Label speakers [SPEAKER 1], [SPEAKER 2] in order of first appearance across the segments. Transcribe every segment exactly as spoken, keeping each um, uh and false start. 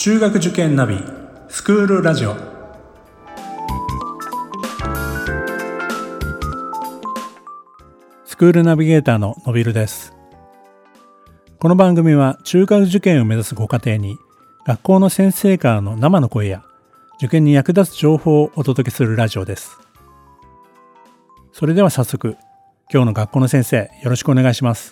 [SPEAKER 1] 中学受験ナビスクールラジオ。スクールナビゲーターののびるです。この番組は中学受験を目指すご家庭に学校の先生からの生の声や受験に役立つ情報をお届けするラジオです。それでは早速、今日の学校の先生、よろしくお願いします。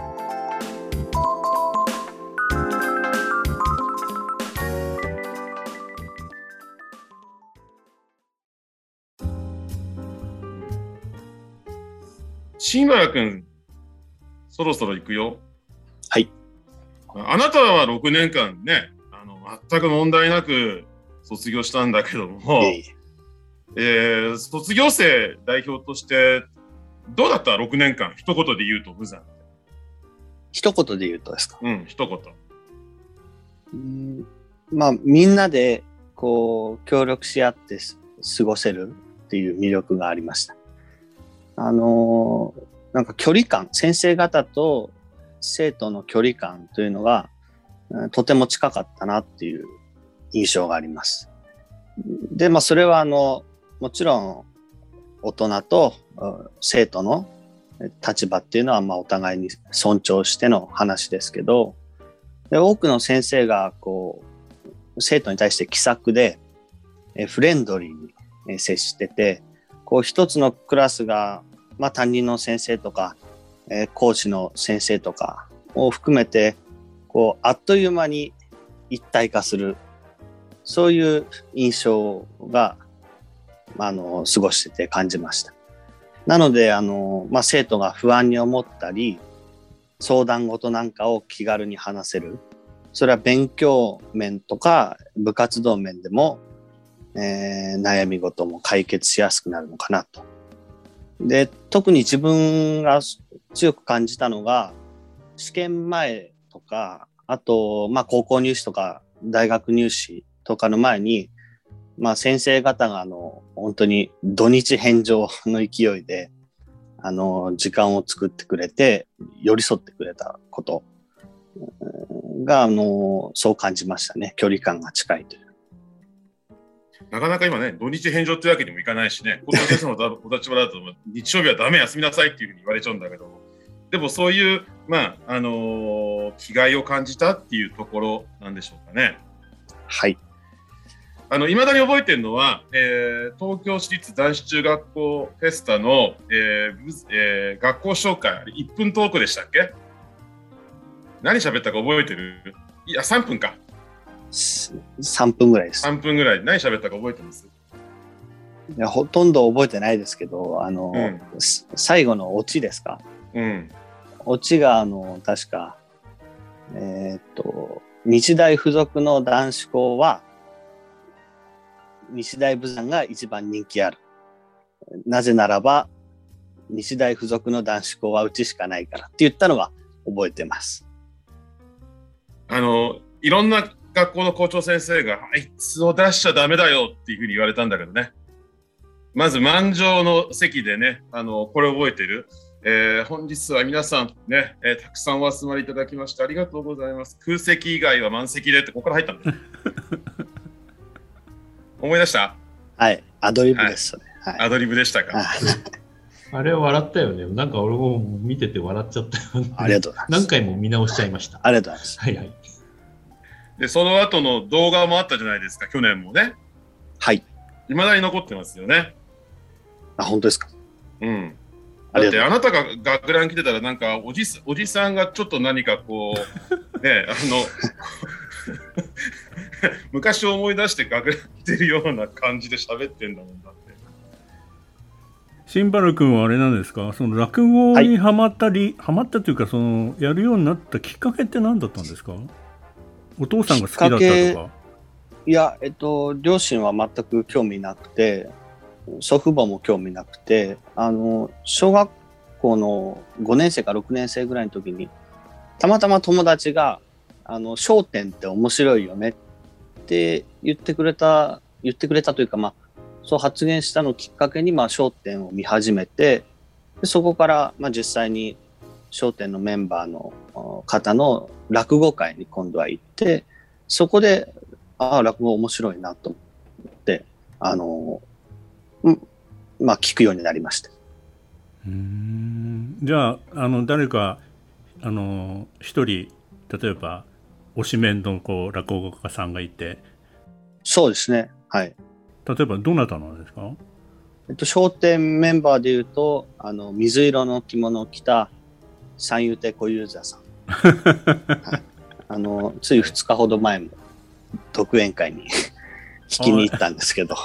[SPEAKER 2] 新原くん、そろそろ行くよ。
[SPEAKER 3] はい。
[SPEAKER 2] あなたはろくねんかんね、あの全く問題なく卒業したんだけども、ええー、卒業生代表としてどうだった？ろくねんかん、一言で言うと無残。
[SPEAKER 3] 一言で言うとですか？
[SPEAKER 2] うん、一言。
[SPEAKER 3] うーん、まあみんなでこう協力し合って過ごせるっていう魅力がありました。あのー、なんか距離感、先生方と生徒の距離感というのがとても近かったなっていう印象があります。で、まあそれはあのもちろん大人と生徒の立場っていうのはまあお互いに尊重しての話ですけど、で多くの先生がこう生徒に対して気さくでフレンドリーに接してて、こう一つのクラスが、まあ、担任の先生とか、えー、講師の先生とかを含めてこうあっという間に一体化する、そういう印象が、まあ、あの過ごしてて感じました。なのであの、まあ、生徒が不安に思ったり相談事なんかを気軽に話せる、それは勉強面とか部活動面でもえー、悩み事も解決しやすくなるのかなと。で、特に自分が強く感じたのが試験前とか、あと、まあ、高校入試とか大学入試とかの前に、まあ、先生方があの本当に土日返上の勢いであの時間を作ってくれて寄り添ってくれたことがあのそう感じましたね。距離感が近いという。
[SPEAKER 2] なかなか今ね、土日返上ってわけにもいかないしね、校長先生のお立場だと日曜日はダメ、休みなさいっていうふうに言われちゃうんだけど、でもそういう、まああのー、気概を感じたっていうところなんでしょうかね。
[SPEAKER 3] はい。
[SPEAKER 2] あの未だに覚えてるのは、えー、東京市立男子中学校フェスタの、えーえー、学校紹介、いっぷんトークでしたっけ？何喋ったか覚えてる？いや、さんぷんか。
[SPEAKER 3] さんぷんぐらいです。
[SPEAKER 2] さんぷんぐらい。何喋ったか覚えてます？
[SPEAKER 3] いや、ほとんど覚えてないですけど、あの、うん、最後のオチですか？
[SPEAKER 2] うん。
[SPEAKER 3] オチが、あの、確か、えー、っと、日大附属の男子校は、日大豊山が一番人気ある。なぜならば、日大附属の男子校はうちしかないからって言ったのが覚えてます。
[SPEAKER 2] あの、いろんな学校の校長先生があいつを出しちゃダメだよっていうふうに言われたんだけどね。まず満場の席でね、あのこれ覚えてる、えー、本日は皆さんね、えー、たくさんお集まりいただきましてありがとうございます。空席以外は満席でってここから入ったんだよ。思い出した？
[SPEAKER 3] はい、アドリブです、
[SPEAKER 2] はいはい、アドリブでしたか？
[SPEAKER 4] あれは笑ったよね。なんか俺も見てて笑っちゃったよね。
[SPEAKER 3] ありがとうございます。
[SPEAKER 4] 何回も見直しちゃいました。
[SPEAKER 3] ありがとうございます。
[SPEAKER 4] はいはい。
[SPEAKER 2] で、その後の動画もあったじゃないですか、去年もね。
[SPEAKER 3] はい。
[SPEAKER 2] 未だに残ってますよね。
[SPEAKER 3] あ、本当ですか？
[SPEAKER 2] うん。だってあなたが学ラン来てたらなんかおじ、おじさんがちょっと何かこう、ね、あの、昔を思い出して学ラン着てるような感じで喋ってんだもんだって。
[SPEAKER 1] 新原君はあれなんですか、その落語にハマったり、はい、ハマったというかそのやるようになったきっかけって何だったんですか？お父さんが好きだったとか？
[SPEAKER 3] いや、えっと、両親は全く興味なくて、祖父母も興味なくて、あの、小学校のごねん生かろくねん生ぐらいの時に、たまたま友達が、あの、笑点って面白いよねって言ってくれた、言ってくれたというか、まあ、そう発言したのをきっかけに、まあ、笑点を見始めて、でそこから、まあ、実際に笑点のメンバーの方の落語会に今度は行って、 そこで、ああ、落語面白いなと思って、あの、うん、まあ、聞くようになりました。
[SPEAKER 1] うーん、じゃあ、あの、誰か、あの、一人、例えば、推しメンのこう落語家さんがいて。
[SPEAKER 3] そうですね。はい。
[SPEAKER 1] 例えば、どなたなんですか？
[SPEAKER 3] えっと、笑点メンバーでいうと、あの、水色の着物を着た三遊亭小遊三さん。はい、あの、ついふつかほど前も、独演会に聞きに行ったんですけど。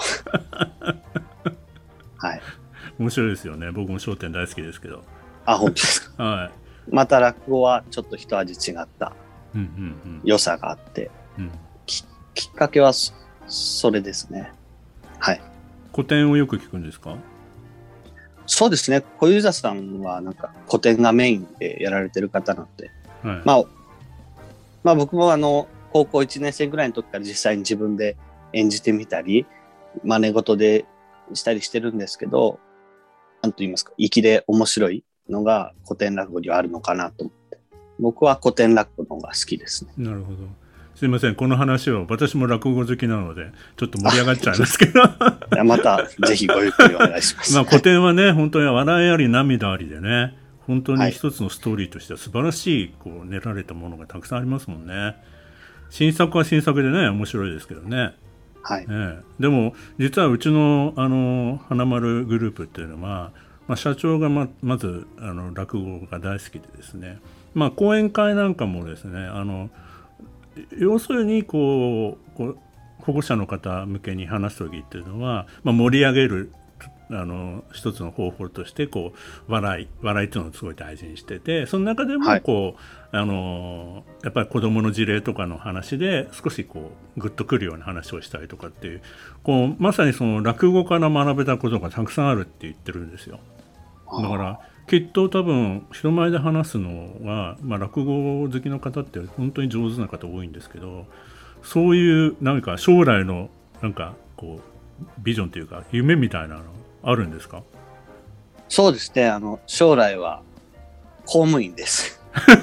[SPEAKER 3] はい。
[SPEAKER 1] 面白いですよね。僕も笑点大好きですけど。
[SPEAKER 3] あ、本当ですか。
[SPEAKER 1] はい。
[SPEAKER 3] また落語はちょっと一味違った良さがあって、うんうんうん、き, きっかけは そ, それですね。はい。
[SPEAKER 1] 古典をよく聞くんですか？
[SPEAKER 3] そうですね。小遊三さんはなんか古典がメインでやられてる方なので、はい、まあ、まあ僕もあの高校いちねん生ぐらいの時から実際に自分で演じてみたり、真似事でしたりしてるんですけど、なんと言いますか、粋で面白いのが古典落語にはあるのかなと思って、僕は古典落語の方が好きですね。
[SPEAKER 1] なるほど。すいません、この話を私も落語好きなのでちょっと盛り上がっちゃいますけど
[SPEAKER 3] またぜひごゆっくりお願いします。
[SPEAKER 1] まあ古典はね、本当に笑いあり涙ありでね、本当に一つのストーリーとしては素晴らしいこう練られたものがたくさんありますもんね。新作は新作でね、面白いですけどね。
[SPEAKER 3] はい。
[SPEAKER 1] ね、でも実はうちのあの花丸グループっていうのは、まあ、社長が ま, まずあの落語が大好きでですね、まあ、講演会なんかもですね、あの要するにこう、こう保護者の方向けに話す時っていうのは、まあ、盛り上げるあの一つの方法としてこう笑い笑いっていうのをすごい大事にしてて、その中でもこう、はい、あのやっぱり子どもの事例とかの話で少しこうグッとくるような話をしたりとかっていう、こうまさにその落語から学べたことがたくさんあるって言ってるんですよ。だからきっと多分人前で話すのは、まあ、落語好きの方って本当に上手な方多いんですけど、そういうなんか将来のなんかこうビジョンというか夢みたいなのあるんですか？
[SPEAKER 3] そうですね、あの将来は公務員です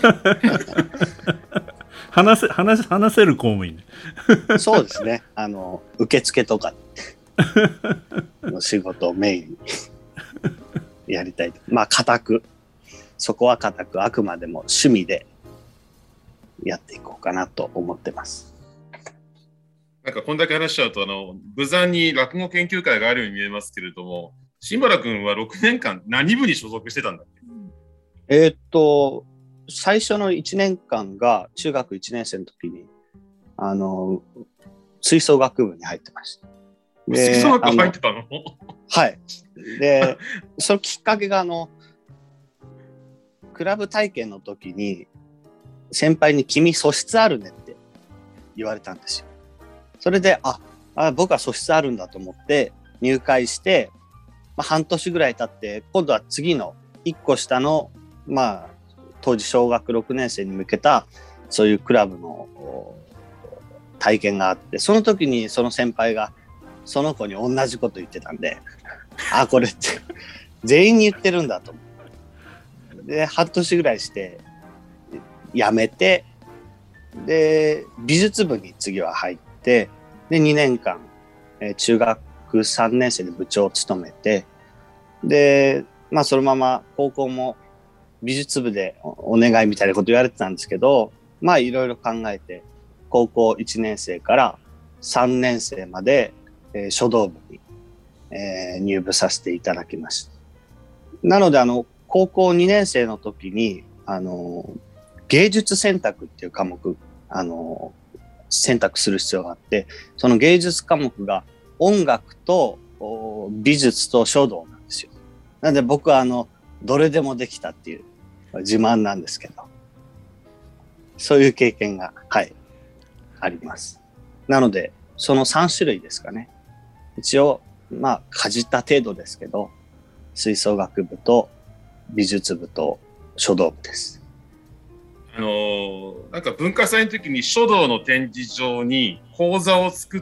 [SPEAKER 1] 話せ話せ話せる公務員
[SPEAKER 3] そうですね、あの受付とかの仕事をメインにやりたいと。まあ固く、そこは固く、あくまでも趣味でやっていこうかなと思ってます。
[SPEAKER 2] なんかこんだけ話しちゃうと、あの無残に落語研究会があるように見えますけれども、新原君はろくねんかん何部に所属してたんだっけ？
[SPEAKER 3] えー、っと最初のいちねんかんが中学いちねん生の時にあの吹奏楽部に入ってました。
[SPEAKER 2] 吹奏楽入ってたの？
[SPEAKER 3] はい。で、そのきっかけがあのクラブ体験の時に先輩に君素質あるねって言われたんですよ。それでああ僕は素質あるんだと思って入会して、まあ、半年ぐらい経って今度は次のいっこ下のまあ当時小学ろくねん生に向けたそういうクラブの体験があって、その時にその先輩がその子に同じこと言ってたんで、あこれって全員に言ってるんだと思う。で半年ぐらいして辞めて、で美術部に次は入って、でにねんかん、えー、中学さんねん生で部長を務めて、でまあそのまま高校も美術部でお願いみたいなこと言われてたんですけど、まあいろいろ考えて高校いちねん生からさんねん生まで、えー、書道部に、えー、入部させていただきました。なのであの高校にねん生の時にあの芸術選択っていう科目あの選択する必要があって、その芸術科目が音楽と美術と書道なんですよ。なので僕はあのどれでもできたっていう自慢なんですけど、そういう経験がはいあります。なのでそのさんしゅるいですかね。一応まあかじった程度ですけど、吹奏楽部と美術部と書道部です。
[SPEAKER 2] あのー、なんか文化祭の時に書道の展示場に講座を作って、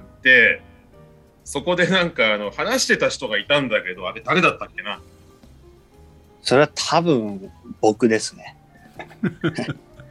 [SPEAKER 2] そこでなんかあの話してた人がいたんだけど、あれ誰だったっけな？
[SPEAKER 3] それは多分僕ですね。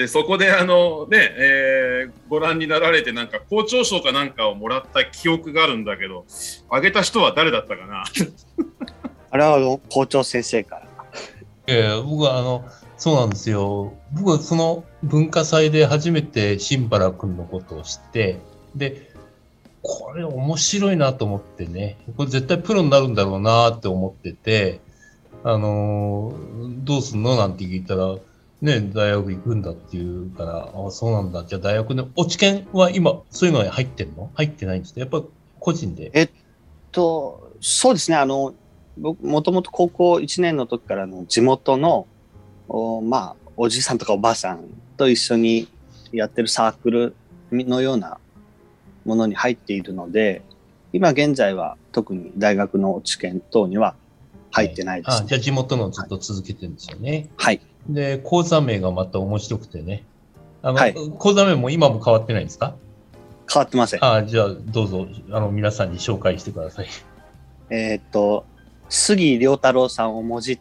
[SPEAKER 2] で、そこであのね、えー、ご覧になられてなんか校長賞かなんかをもらった記憶があるんだけど、あげた人は誰だったかな。
[SPEAKER 3] あれはあの校長先生から。
[SPEAKER 4] えー、僕はあの、そうなんですよ。僕はその文化祭で初めて新原くんのことを知って、で、これ面白いなと思ってね、これ絶対プロになるんだろうなって思ってて、あのー、どうすんのなんて聞いたら、ね、大学行くんだっていうから、あ、そうなんだ。じゃあ大学の、落ち研は今、そういうのに入ってんの？入ってないんですか？やっぱ個人で。
[SPEAKER 3] えっと、そうですね。あの、僕、もともと高校いちねんの時からの地元の、おまあ、おじさんとかおばあさんと一緒にやってるサークルのようなものに入っているので、今現在は特に大学の落ち研等には入ってないです、ね。
[SPEAKER 4] はい、あ、じゃあ地元のずっと続けてるんですよね。
[SPEAKER 3] はい。
[SPEAKER 4] で、講座名がまた面白くてね。あの、
[SPEAKER 3] はい、
[SPEAKER 4] 講座名も今も変わってないんですか？
[SPEAKER 3] 変わってません。
[SPEAKER 4] あ、じゃあどうぞ、あの、皆さんに紹介してください。
[SPEAKER 3] えー、っと、杉良太郎さんをもじって、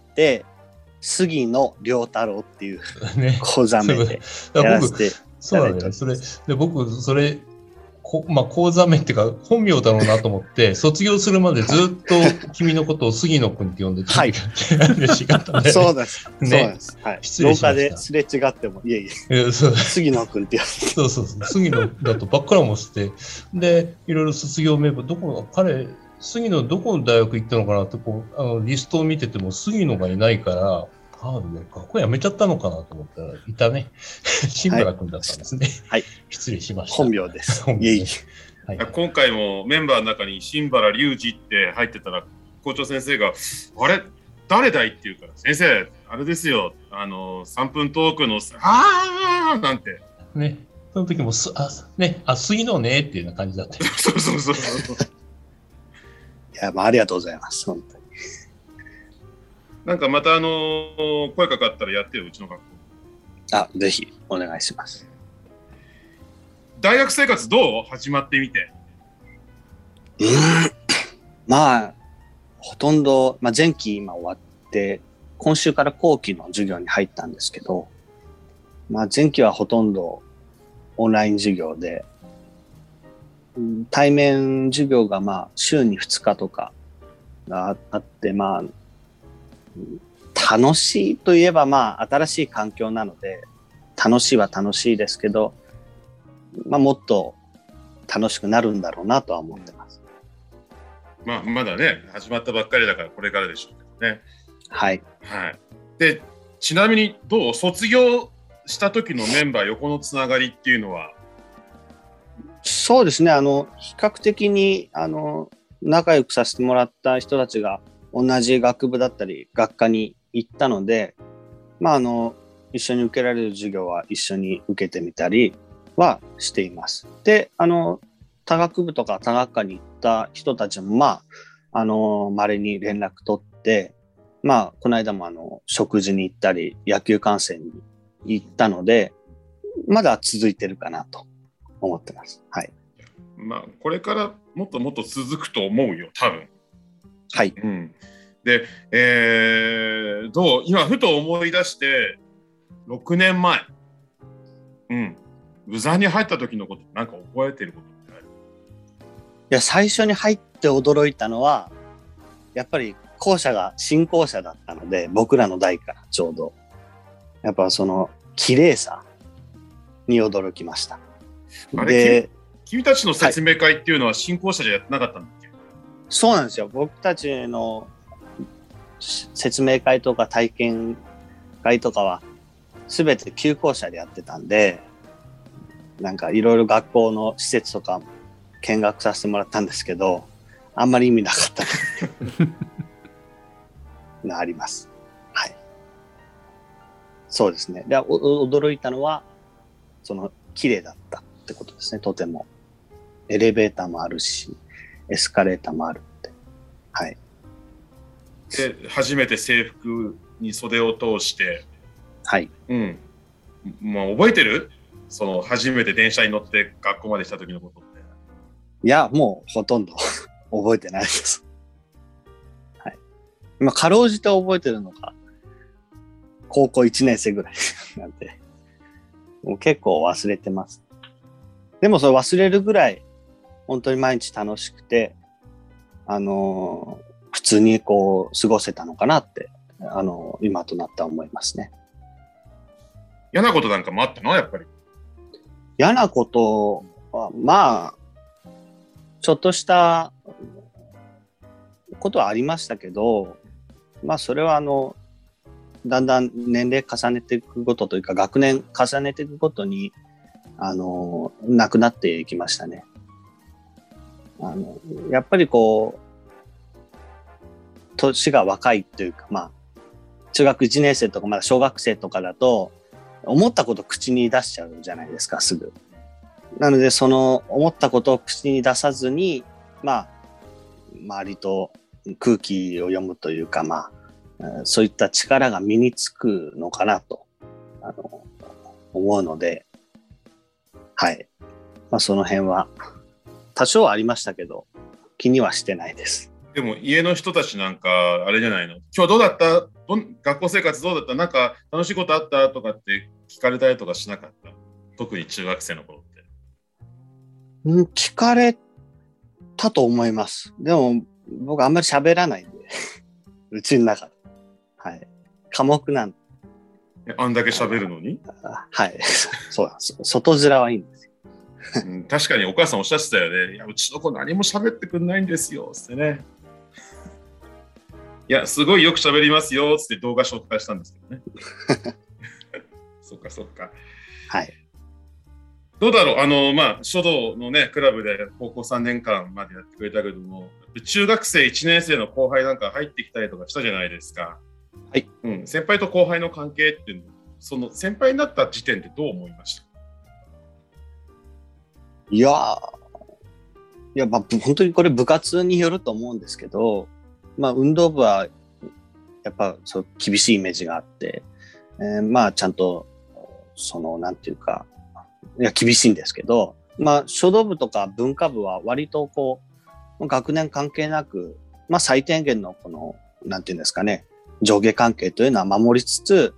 [SPEAKER 3] 杉野良太郎っていう講座名でやらせていただいております。
[SPEAKER 4] そうなんだよ。それ、で、僕、それ、こまあ、講座名っていうか、本名だろうなと思って、卒業するまでずっと君のことを杉野くんって呼んでた。
[SPEAKER 3] はい。
[SPEAKER 4] しかったね。
[SPEAKER 3] そうです。ね、そうなんです。はい。
[SPEAKER 4] 失礼しました。
[SPEAKER 3] 廊下ですれ違っても、いえいえ。
[SPEAKER 4] そう
[SPEAKER 3] 杉野くんって呼んで。
[SPEAKER 4] そうそうそう。杉野だとばっかりもして、で、いろいろ卒業名簿、どこ、彼、杉野どこの大学行ったのかなって、こう、あの、リストを見てても杉野がいないから、ああ、学校辞めちゃったのかなと思ったら、いたね。新原君だったんですね。
[SPEAKER 3] はい。
[SPEAKER 4] 失礼しました。
[SPEAKER 3] 本名です。
[SPEAKER 4] 本名
[SPEAKER 3] いえいえ。
[SPEAKER 2] はいはい、今回もメンバーの中に新原隆二って入ってたら、校長先生が、あれ誰だいって言うから、先生、あれですよ、あの、さんぷんトークの、あーなんて。
[SPEAKER 4] ね。その時もす、あ、ね、あ、杉野ねっていうような感じだった。
[SPEAKER 2] そうそうそうそう。
[SPEAKER 3] いや、まあ、ありがとうございます。本当に。
[SPEAKER 2] なんかまたあの声かかったらやってよ、うちの学校。
[SPEAKER 3] あ、ぜひお願いします。
[SPEAKER 2] 大学生活どう？始まってみて。
[SPEAKER 3] うん、まあほとんど、まあ、前期今終わって今週から後期の授業に入ったんですけど、まあ、前期はほとんどオンライン授業で、対面授業がまあ週にふつかとかがあって、まあ楽しいといえばまあ新しい環境なので楽しいは楽しいですけど、まあ、もっと楽しくなるんだろうなとは思ってます。
[SPEAKER 2] まあまだね始まったばっかりだからこれからでしょうけどね。
[SPEAKER 3] はい。
[SPEAKER 2] はい。でちなみにどう卒業した時のメンバー横のつながりっていうのは？
[SPEAKER 3] そうですね。あの比較的にあの仲良くさせてもらった人たちが同じ学部だったり学科に行ったので、まああの一緒に受けられる授業は一緒に受けてみたりはしています。で、あの他学部とか他学科に行った人たちもまああの稀に連絡取って、まあこの間もあの食事に行ったり野球観戦に行ったので、まだ続いてるかなと思ってます。はい。
[SPEAKER 2] まあこれからもっともっと続くと思うよ、多分。
[SPEAKER 3] はい。
[SPEAKER 2] うん。で、えー、どう今ふと思い出してろくねんまえ、うん、ウザに入った時のことなんか覚えてることってある？
[SPEAKER 3] いや最初に入って驚いたのはやっぱり校舎が新校舎だったので、僕らの代からちょうどやっぱその綺麗さに驚きました。
[SPEAKER 2] あれで君、君たちの説明会っていうのは新校舎じゃやってなかったんだっけ？はい、
[SPEAKER 3] そうなんですよ。僕たちの説明会とか体験会とかは全て旧校舎でやってたんで、なんかいろいろ学校の施設とか見学させてもらったんですけど、あんまり意味なかったのあります。はい。そうですね。で、驚いたのはその綺麗だったってことですね。とてもエレベーターもあるしエスカレーターもあるって。はい。
[SPEAKER 2] で初めて制服に袖を通して、
[SPEAKER 3] はい。
[SPEAKER 2] うん。まあ覚えてる？その初めて電車に乗って学校まで来た時のことって。
[SPEAKER 3] いやもうほとんど覚えてないです。はい。今かろうじて覚えてるのが高校いちねん生ぐらいなんで。 もう結構忘れてます。でもそれ忘れるぐらい本当に毎日楽しくて、あのー、普通にこう過ごせたのかなって、あのー、今となっては思いますね。
[SPEAKER 2] 嫌なことなんかもあったのやっぱり。
[SPEAKER 3] 嫌なことはまあちょっとしたことはありましたけど、まあそれはあのだんだん年齢重ねていくことというか学年重ねていくことにあのなくなっていきましたね。あのやっぱりこう年が若いというか、まあ中学いちねん生とかまだ小学生とかだと思ったことを口に出しちゃうじゃないですか、すぐ。なのでその思ったことを口に出さずに、まあ周りと空気を読むというか、まあそういった力が身につくのかなとあの思うので、はい、まあその辺は多少はありましたけど気にはしてないです。
[SPEAKER 2] でも家の人たちなんかあれじゃないの、今日どうだった、どん学校生活どうだった、なんか楽しいことあったとかって聞かれたりとかしなかった？特に中学生の頃って。
[SPEAKER 3] うん、聞かれたと思います。でも僕あんまり喋らないんでうちの中で、はい、寡黙なんで。
[SPEAKER 2] あんだけ喋るのに？
[SPEAKER 3] はいそうなんです。外面はいいんですよ
[SPEAKER 2] うん、確かにお母さんおっしゃってたよね。いや、うちの子何も喋ってくんないんですよってね。いや、すごいよく喋りますよって動画紹介したんですけどね。そっかそっか。
[SPEAKER 3] はい。
[SPEAKER 2] どうだろう、あの、まあ、書道のね、クラブで高校さんねんかんまでやってくれたけども、中学生いちねん生の後輩なんか入ってきたりとかしたじゃないですか。
[SPEAKER 3] はい。
[SPEAKER 2] うん、先輩と後輩の関係っていうの、その先輩になった時点でどう思いました？
[SPEAKER 3] いやー、いや、まあ、本当にこれ部活によると思うんですけど、まあ、運動部はやっぱそう厳しいイメージがあって、えー、まあちゃんとそのなんていうか、いや厳しいんですけど、まあ書道部とか文化部は割とこう学年関係なく、まあ最低限のこのなんていうんですかね、上下関係というのは守りつつ、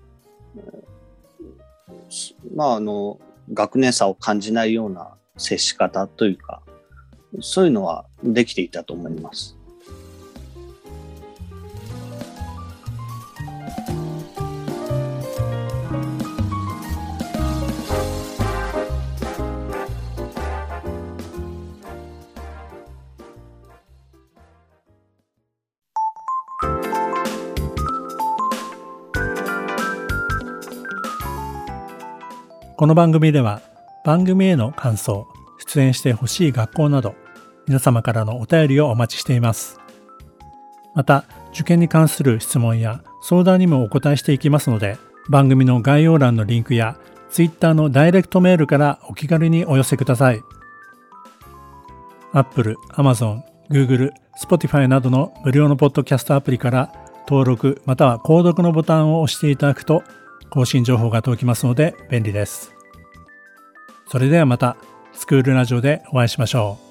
[SPEAKER 3] まああの学年差を感じないような接し方というか、そういうのはできていたと思います。
[SPEAKER 1] この番組では番組への感想、出演してほしい学校など皆様からのお便りをお待ちしています。また受験に関する質問や相談にもお答えしていきますので、番組の概要欄のリンクや Twitter のダイレクトメールからお気軽にお寄せください。Apple、Amazon、Google、Spotify などの無料のポッドキャストアプリから登録または購読のボタンを押していただくと更新情報が届きますので便利です。それではまたスクールラジオでお会いしましょう。